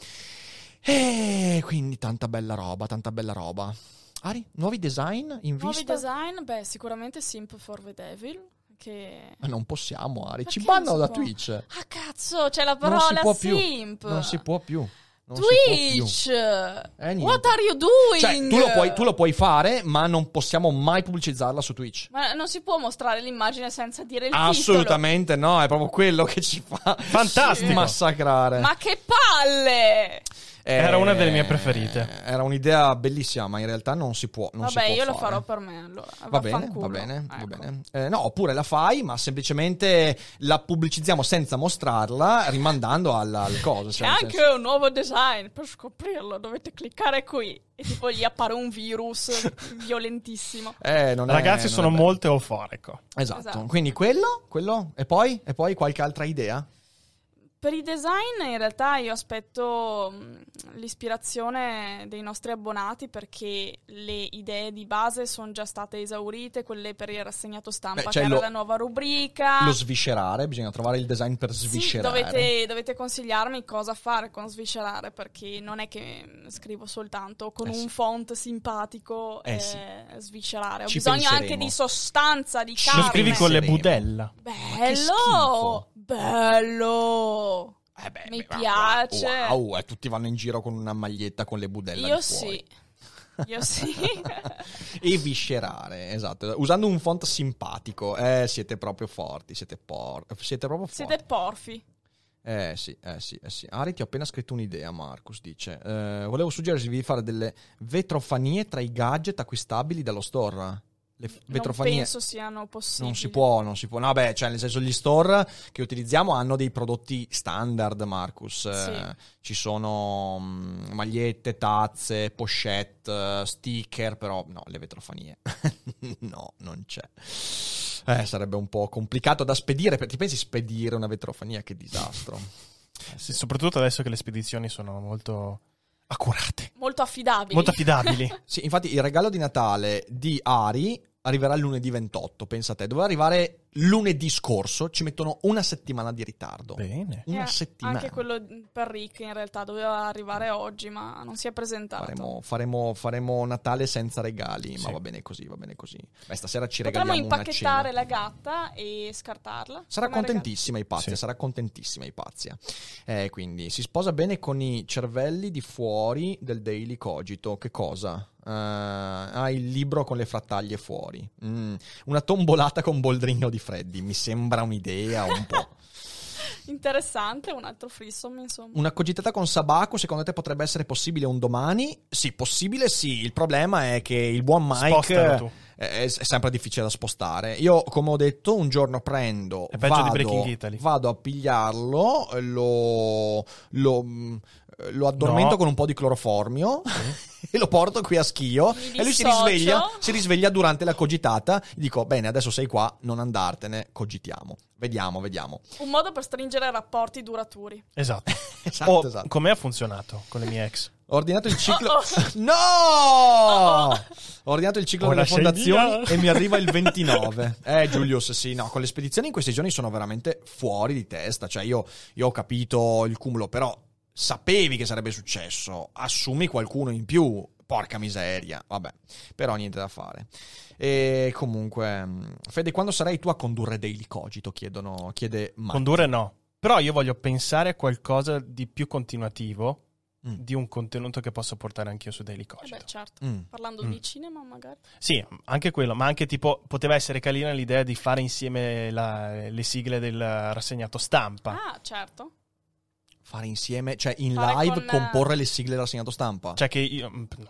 E quindi tanta bella roba, tanta bella roba. Ari, nuovi design in Nuovi vista? design? Beh, sicuramente Simp for the Devil. Che... Ma non possiamo, Ari, ci Perché non bannano si da può? Twitch. Ah, cazzo, c'è la Non si parola può più. Simp. Non si può più. Non si può più. Twitch. Eh, niente. What are you doing? Cioè, tu lo, puoi, tu lo puoi fare, ma non possiamo mai pubblicizzarla su Twitch. Ma non si può mostrare l'immagine senza dire il Assolutamente no, è proprio quello che ci fa Fantastico. massacrare. titolo. Ma che palle! Eh, Era una delle mie preferite. Era un'idea bellissima, ma in realtà non si può. Non si Vabbè, può io lo fare. farò per me allora. Va bene, Vaffanculo. va bene, va Ecco. bene. Eh, no, oppure la fai, ma semplicemente la pubblicizziamo senza mostrarla, rimandando alla, al coso. C'è cioè, nel anche senso- un nuovo design, per scoprirlo dovete cliccare qui e tipo gli appare un virus violentissimo. Eh, non è- Ragazzi, non sono è bello. molto euforico. Esatto. Esatto. Quindi quello, quello, e poi? E poi qualche altra idea? Per i design in realtà io aspetto mh, l'ispirazione dei nostri abbonati perché le idee di base sono già state esaurite, quelle per il rassegnato stampa, Beh, cioè che era lo- la nuova rubrica. Lo sviscerare, bisogna trovare il design per Sì, sviscerare. dovete, dovete consigliarmi cosa fare con sviscerare, perché non è che scrivo soltanto con Eh un sì. font simpatico Eh eh, sì. sviscerare. Ho Ci bisogno penseremo. anche di sostanza, di Ci Lo carne. scrivi con le penseremo. budella. che schifo. Bello! Bello! Eh beh, Mi beh, piace. Wow, eh, tutti vanno in giro con una maglietta con le budella Io di fuori. sì. Io sì. E viscerare, esatto. Usando un font simpatico. Eh, siete proprio forti, siete, por- siete proprio forti. Siete porfi. Eh sì, eh sì, eh sì. Ari ti ho appena scritto un'idea, Marcus dice. Eh, volevo suggerirvi di fare delle vetrofanie tra i gadget acquistabili dallo store. Le f- Non vetrofanie penso siano possibili. non si può, non si può. No, beh, cioè nel senso gli store che utilizziamo hanno dei prodotti standard, Marcus. Sì. Eh, ci sono mm, magliette, tazze, pochette, eh, sticker, però no, le vetrofanie. No, non c'è. Eh, sarebbe un po' complicato da spedire. Ti pensi spedire una vetrofania? Che disastro. Sì, soprattutto adesso che le spedizioni sono molto accurate, Molto affidabili. molto affidabili. Sì, infatti il regalo di Natale di Ari arriverà il lunedì ventotto, pensa te. Doveva arrivare lunedì scorso, ci mettono una settimana di ritardo. Bene. Una Eh, settimana. Anche quello per Rick in realtà doveva arrivare oggi, ma non si è presentato. Faremo, faremo, faremo Natale senza regali, Sì. ma va bene così, va bene così. Beh, stasera ci Potremmo regaliamo una impacchettare cena. la gatta e scartarla. Sarà come contentissima Ipazia, Sì. sarà contentissima Ipazia. Eh, quindi si sposa bene con i cervelli di fuori del Daily Cogito. Che cosa? Uh, ah, il libro con le frattaglie fuori. Mm. Una tombolata con Boldrino di Freddy. Mi sembra un'idea un po'. regalo. Interessante, un altro frissom, insomma. Una cogitata con Sabaku, secondo te potrebbe essere possibile un domani? Sì, possibile sì. Il problema è che il buon Mike Spostalo tu. è, è sempre difficile da spostare. Io, come ho detto, un giorno prendo, È peggio di vado, Breaking Italy. vado a pigliarlo, lo, lo, lo addormento No. con un po' di cloroformio e lo porto qui a Schio. Mi E lui si dissocio. risveglia, si risveglia durante la cogitata. Gli dico, bene, adesso sei qua, non andartene, cogitiamo. Vediamo, vediamo. Un modo per stringere rapporti duraturi. Esatto. Esatto, Oh, esatto. com'è funzionato con le mie ex? Ho ordinato il ciclo. Oh, No! Ho ordinato il ciclo Ora delle sei fondazioni via. e mi arriva il ventinove. Eh, Giulius, sì, no, con le spedizioni in questi giorni sono veramente fuori di testa. Cioè, io, io ho capito il cumulo, però sapevi che sarebbe successo. Assumi qualcuno in più. Porca miseria. Vabbè, però niente da fare. E comunque, Fede, quando sarai tu a condurre Daily Cogito? Chiedono, chiede Matti. Condurre no. Però io voglio pensare a qualcosa di più continuativo, Mm. di un contenuto che posso portare anch'io su Daily Eh Cogito. beh, certo. Mm. Parlando Mm. di cinema, magari. Sì, anche quello, ma anche tipo poteva essere carina l'idea di fare insieme la- le sigle del rassegnato stampa. Ah, certo. Fare insieme, cioè in Fare live, con, comporre le sigle della rassegnato stampa. Cioè che io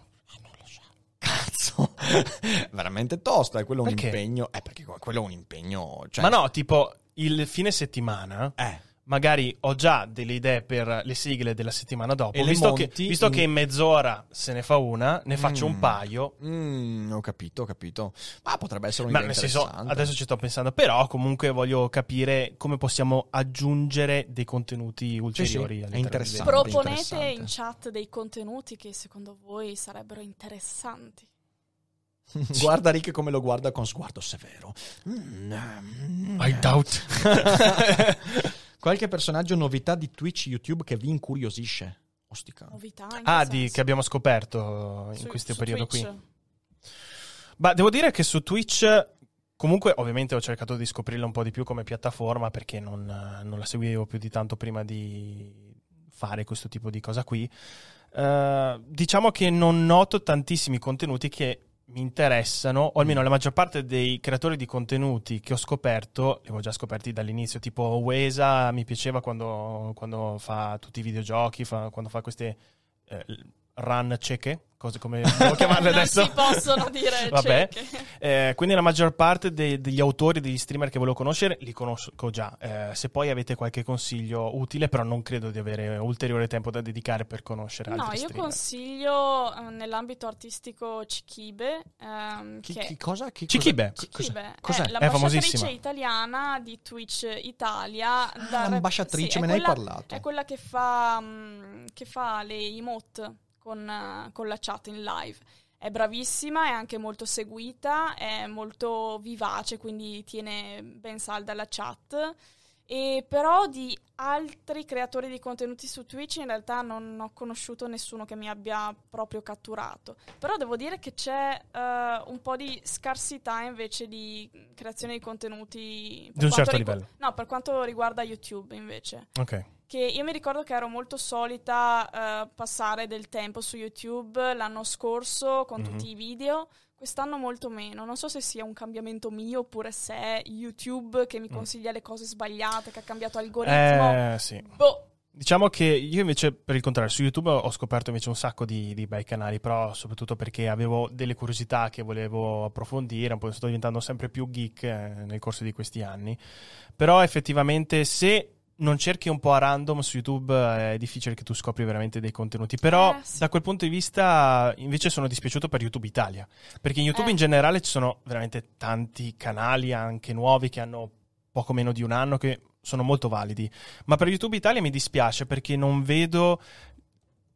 Cazzo, veramente tosta. È quello un Perché? impegno. Eh, perché quello è un impegno. Cioè, Ma no, tipo il fine settimana Eh, magari ho già delle idee per le sigle della settimana dopo. E le Visto, che, monti visto in- che in mezz'ora se ne fa una, ne faccio Mm. un paio. mm, ho capito, ho capito. Ma potrebbe essere Ma un'idea nel senso, interessante. adesso ci sto pensando, però comunque voglio capire come possiamo aggiungere dei contenuti ulteriori. sì, è all'interno di interessante. Daily. Proponete interessante. in chat dei contenuti che secondo voi sarebbero interessanti. Guarda Rick come lo guarda con sguardo severo. Mm, mm. I doubt. Qualche personaggio novità di Twitch, YouTube che vi incuriosisce? Ostica. Novità in Ah, che di, senso? che abbiamo scoperto in Su- questo su periodo Twitch. qui. Ma devo dire che su Twitch, comunque, ovviamente ho cercato di scoprirla un po' di più come piattaforma perché non, non la seguivo più di tanto prima di fare questo tipo di cosa qui. Eh, diciamo che non noto tantissimi contenuti che mi interessano, o almeno la maggior parte dei creatori di contenuti che ho scoperto, li avevo già scoperti dall'inizio, tipo Wesa mi piaceva quando, quando fa tutti i videogiochi, fa- quando fa queste eh, run cieche, cose come devo chiamarle Non adesso. si possono dire Vabbè. cieche. Eh, quindi la maggior parte dei- degli autori, degli streamer che volevo conoscere, li conosco già. Eh, se poi avete qualche consiglio utile, però non credo di avere ulteriore tempo da dedicare per conoscere No, altri io streamer. consiglio eh, nell'ambito artistico Chikibe, ehm, Chi, che chi cosa? Chi, Chikibe. cosa- Chikibe Cos'è? è È l'ambasciatrice famosissima. italiana di Twitch Italia. da- l'ambasciatrice, sì, è me ne hai quella- parlato. È quella che fa, mm, che fa le emote con, eh, con la chat in live. È bravissima, è anche molto seguita, è molto vivace, quindi tiene ben salda la chat. E però di altri creatori di contenuti su Twitch in realtà non ho conosciuto nessuno che mi abbia proprio catturato. Però devo dire che c'è eh, un po' di scarsità invece di creazione di contenuti per Di un quanto certo rigu- livello. No, per quanto riguarda YouTube invece. Ok. Che io mi ricordo che ero molto solita eh, passare del tempo su YouTube l'anno scorso con Mhm. tutti i video, quest'anno molto meno. Non so se sia un cambiamento mio oppure se è YouTube che mi consiglia le cose sbagliate, che ha cambiato algoritmo. Eh, sì. Boh, Diciamo che io invece, per il contrario, su YouTube ho scoperto invece un sacco di, di bei canali, però soprattutto perché avevo delle curiosità che volevo approfondire, un po' sto diventando sempre più geek eh, nel corso di questi anni. Però effettivamente se non cerchi un po' a random su YouTube eh, è difficile che tu scopri veramente dei contenuti. Però Eh, sì. da quel punto di vista invece sono dispiaciuto per YouTube Italia, perché in YouTube Eh. in generale ci sono veramente tanti canali anche nuovi che hanno poco meno di un anno che sono molto validi, ma per YouTube Italia mi dispiace perché non vedo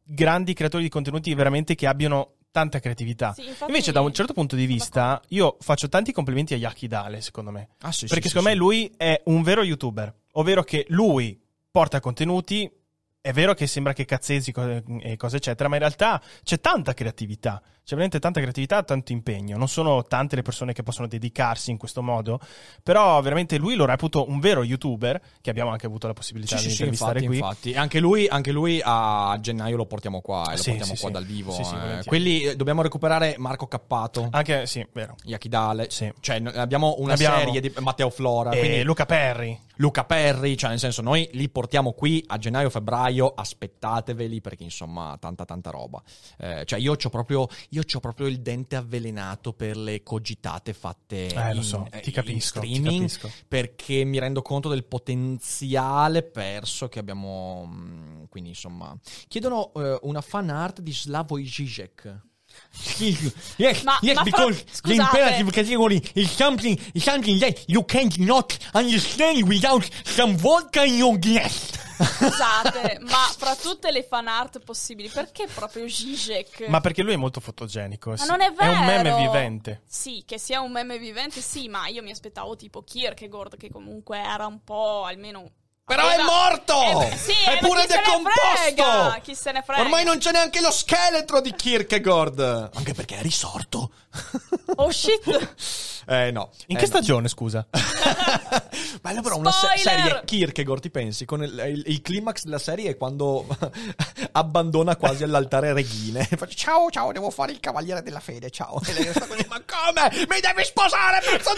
grandi creatori di contenuti veramente che abbiano tanta creatività. Sì, infatti- Invece, da un certo punto di vista, io faccio tanti complimenti a Yaki Dale, secondo me. Ah, sì, Perché sì, secondo sì, me lui è un vero YouTuber, ovvero che lui porta contenuti. È vero che sembra che cazzesi co- e cose eccetera, ma in realtà c'è tanta creatività, c'è veramente tanta creatività, tanto impegno. Non sono tante le persone che possono dedicarsi in questo modo, però veramente lui lo reputo un vero YouTuber, che abbiamo anche avuto la possibilità Sì, di sì, sì, intervistare infatti, qui. infatti. Anche lui, anche lui a gennaio lo portiamo qua e lo Sì, portiamo sì, qua sì. dal vivo. Sì, sì, eh. volentieri. Quelli eh, dobbiamo recuperare Marco Cappato, Anche, sì, vero. Yakidale, Sì. cioè n- abbiamo una Abbiamo. serie di Matteo Flora, E quindi Luca Perri. Luca Perri, cioè nel senso noi li portiamo qui a gennaio-febbraio, aspettateveli perché insomma tanta tanta roba. Eh, cioè io c'ho proprio io c'ho proprio il dente avvelenato per le cogitate fatte Eh, lo in, so, eh, ti in capisco, ti streaming, capisco. perché mi rendo conto del potenziale perso che abbiamo. mh, Quindi insomma chiedono eh, una fan art di Slavoj Žižek. Yes, Ma- yes, ma fra- because the scusate. imperative category is something, is something that you cannot understand without some vodka in your glass. Scusate, ma fra tutte le fan art possibili, perché proprio Žižek? Ma perché lui è molto fotogenico. Ma sì. non è vero. È un meme vivente. Sì, che sia un meme vivente, sì, ma io mi aspettavo tipo Kierkegaard, che comunque era un po' almeno... Però è aveva- morto! Eh, sì, È eh, pure chi se ne frega, decomposto! chi se ne frega. Ormai non c'è neanche lo scheletro di Kierkegaard. Anche perché è risorto. Oh shit! Eh no. In Eh, che no. stagione, scusa? Bello però una se- Spoiler! serie Kierkegaard, ti pensi? Con il, il- il climax della serie è quando abbandona quasi all'altare Reghine. Faccio, ciao, ciao, devo fare il cavaliere della fede, ciao. E lei sta così, ma come? Mi devi sposare, pezzo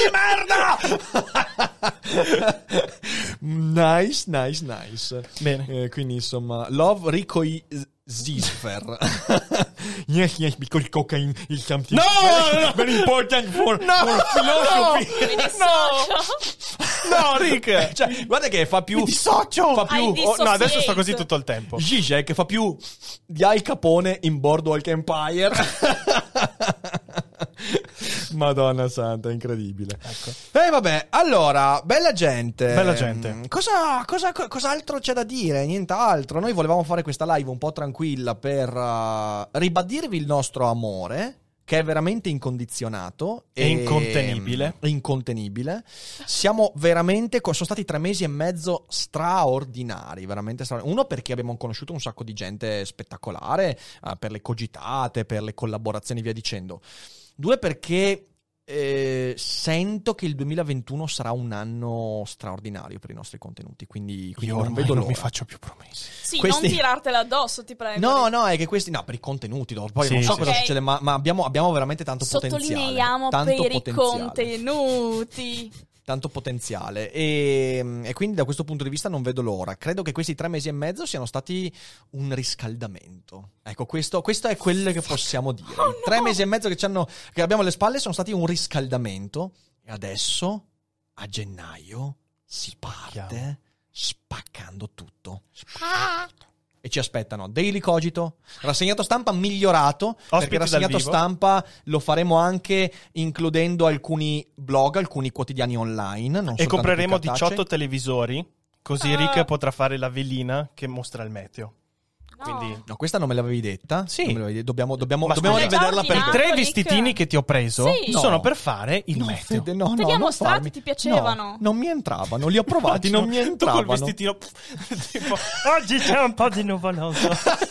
di merda! Nice, nice, nice. Bene. Eh, quindi insomma, Love Rico I- Zisfer. Yes, yes, because cocaine is something No, very, no, no. very important for, No, for philosophy. Mi dissocio. No, Rick! Cioè, guarda che fa più. Mi dissocio! Fa più. Hai Oh, no, adesso sto Dissociate. così tutto il tempo. Zizek fa più di Al Capone in bordo al Empire. Madonna santa, incredibile. Ecco. E eh, vabbè, allora, bella gente. Bella gente. Mm, Cosa, cosa, co- cos'altro c'è da dire? Nient'altro. Noi volevamo fare questa live un po' tranquilla per uh, ribadirvi il nostro amore, che è veramente incondizionato E incontenibile. e incontenibile. Siamo veramente, sono stati tre mesi e mezzo straordinari, veramente straordinari. Uno perché abbiamo conosciuto un sacco di gente spettacolare, eh, per le cogitate, per le collaborazioni e via dicendo. Due perché eh, sento che il duemilaventuno sarà un anno straordinario per i nostri contenuti, quindi, quindi Io non ormai vedo non l'ora. mi faccio più promesse. Sì, Questi- non tirartela addosso, ti prego. No, no, è che questi. No, per i contenuti. no, Poi Sì, non so sì, cosa sì. succede, ma, ma abbiamo, abbiamo veramente tanto potenziale. Sottolineiamo Tanto per i potenziale. contenuti. Tanto potenziale. E, e quindi da questo punto di vista non vedo l'ora. Credo che questi tre mesi e mezzo siano stati un riscaldamento. Ecco, questo, questo è quello che possiamo dire. Oh, I tre mesi e mezzo che, ci hanno, che abbiamo alle spalle sono stati un riscaldamento. E adesso, a gennaio, si parte Spacchiamo. spaccando tutto. E ci aspettano Daily Cogito, rassegnato stampa migliorato, perché Ospiti rassegnato dal vivo. stampa lo faremo anche includendo alcuni blog, alcuni quotidiani online. Non E soltanto compreremo più cartacei. diciotto televisori, così Ah. Rick potrà fare la velina che mostra il meteo. No. Quindi No, questa non me l'avevi detta? Sì. Non me l'avevi detta. Dobbiamo, dobbiamo, Ma dobbiamo scusa, rivederla già per i ordinato. tre Rick. vestitini che ti ho preso Sì. sono No. per fare il No, meteo. Fede, no, Te no, li ha non mostrati, farmi. ti piacevano? No, non mi entravano, li ho provati, non mi Tu col entravano. vestitino tipo, oggi c'è un po' di nuvoloso.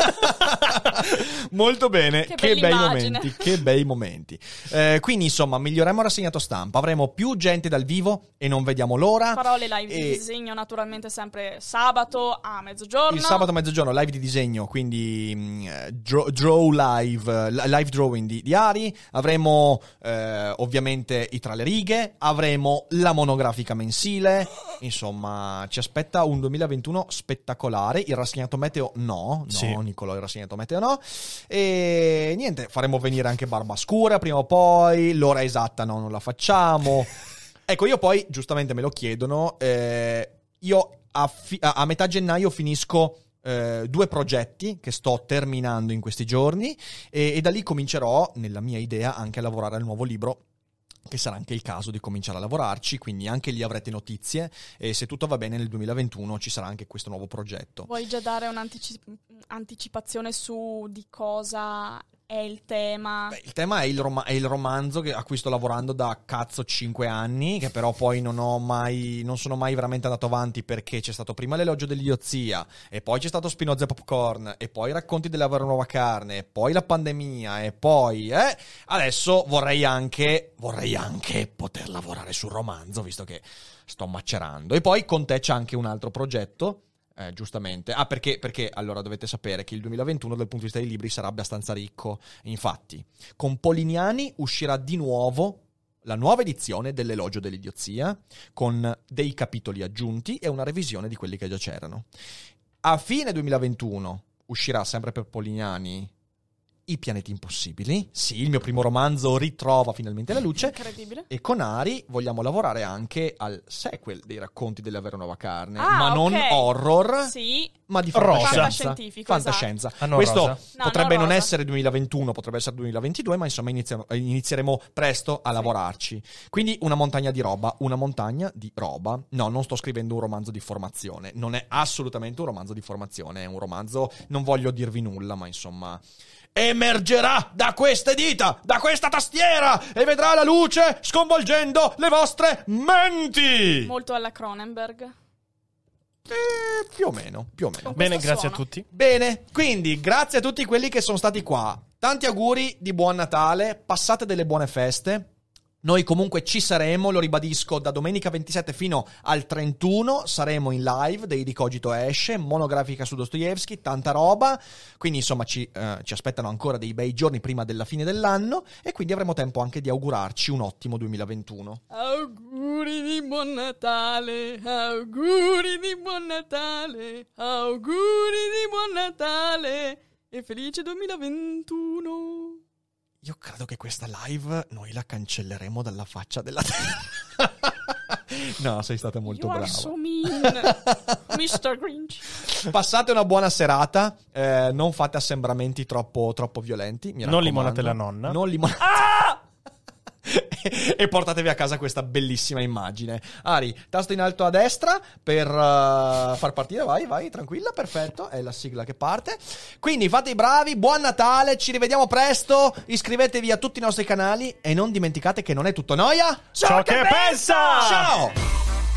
Molto bene, Che che, bella bei immagine. momenti, che bei momenti. Eh, quindi insomma, miglioreremo il rassegnato stampa, avremo più gente dal vivo e non vediamo l'ora. Farò le live di E- disegno naturalmente sempre sabato a mezzogiorno. Il sabato a mezzogiorno live di disegno, quindi mh, eh, draw, draw live, eh, li- live drawing di, di Ari. Avremo eh, ovviamente i tra le righe, avremo la monografica mensile. Insomma, ci aspetta un duemilaventuno spettacolare. Il rassegnato meteo no, no, Sì. Nicolò, il rassegnato meteo no. E niente, faremo venire anche Barbascura prima o poi. L'ora esatta no, non la facciamo. Ecco, io poi, giustamente me lo chiedono, eh, io a, fi- a- a metà gennaio finisco eh, due progetti che sto terminando in questi giorni e, e da lì comincerò, nella mia idea, anche a lavorare al nuovo libro che sarà anche il caso di cominciare a lavorarci, quindi anche lì avrete notizie e se tutto va bene nel duemilaventuno ci sarà anche questo nuovo progetto. Vuoi già dare un'anticipazione su di cosa è il tema? Beh, il tema è il, rom- è il romanzo che- a cui sto lavorando da cazzo cinque anni, che però poi non ho mai, non sono mai veramente andato avanti perché c'è stato prima l'elogio dell'idiozia e poi c'è stato Spinoza Popcorn e poi i racconti della vera nuova carne e poi la pandemia e poi eh, adesso vorrei anche vorrei anche poter lavorare sul romanzo, visto che sto macerando. E poi con te c'è anche un altro progetto. Eh, giustamente. Ah, perché? Perché allora dovete sapere che il duemilaventuno dal punto di vista dei libri sarà abbastanza ricco. Infatti, con Polignani uscirà di nuovo la nuova edizione dell'Elogio dell'idiozia, con dei capitoli aggiunti e una revisione di quelli che già c'erano. A fine duemilaventuno uscirà sempre per Polignani I pianeti impossibili. Sì, il mio primo romanzo ritrova finalmente la luce. Incredibile. E con Ari vogliamo lavorare anche al sequel dei racconti della vera nuova carne, Ah, ma non ok. horror, Sì. ma di Rosa. fantascienza. Fantascientifico, Fantascienza. esatto. Ah, no, Questo rosa. No, potrebbe no, non rosa. essere duemilaventuno, potrebbe essere duemilaventidue, ma insomma inizia- inizieremo presto a lavorarci. Quindi una montagna di roba, una montagna di roba. No, non sto scrivendo un romanzo di formazione, non è assolutamente un romanzo di formazione, è un romanzo, non voglio dirvi nulla, ma insomma emergerà da queste dita, da questa tastiera e vedrà la luce sconvolgendo le vostre menti. Molto alla Cronenberg. Eh, più o meno, più o meno. Bene, questo grazie suono. a tutti. Bene, quindi grazie a tutti quelli che sono stati qua. Tanti auguri di buon Natale, passate delle buone feste. Noi comunque ci saremo, lo ribadisco, da domenica ventisette fino al trentuno saremo in live, Daily Cogito esce, monografica su Dostoevsky, tanta roba, quindi insomma ci, eh, ci aspettano ancora dei bei giorni prima della fine dell'anno e quindi avremo tempo anche di augurarci un ottimo duemilaventuno. Auguri di buon Natale, auguri di buon Natale, auguri di buon Natale e felice duemilaventuno. Io credo che questa live noi la cancelleremo dalla faccia della terra. No, sei stata molto You are brava. so mean, mister Grinch. Passate una buona serata, eh, non fate assembramenti troppo, troppo violenti. Mi Non raccomando. limonate la nonna. Non limonate. E portatevi a casa questa bellissima immagine. Ari, tasto in alto a destra per uh, far partire. Vai, vai, tranquilla, perfetto. È la sigla che parte. Quindi fate i bravi, buon Natale, ci rivediamo presto. Iscrivetevi a tutti i nostri canali e non dimenticate che non è tutto noia Ciò che pensa! Ciao!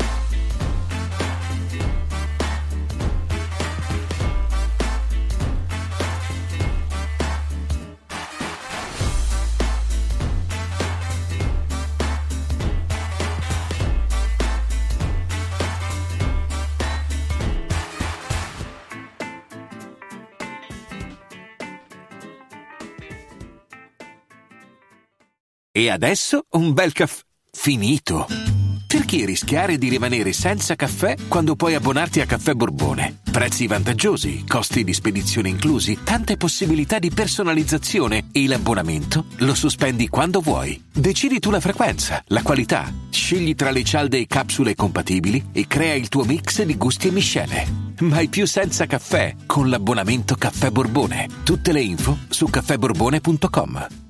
E adesso un bel caffè finito. Perché rischiare di rimanere senza caffè quando puoi abbonarti a Caffè Borbone? Prezzi vantaggiosi, costi di spedizione inclusi, tante possibilità di personalizzazione e l'abbonamento lo sospendi quando vuoi. Decidi tu la frequenza, la qualità, scegli tra le cialde e capsule compatibili e crea il tuo mix di gusti e miscele. Mai più senza caffè con l'abbonamento Caffè Borbone. Tutte le info su caffè borbone punto com.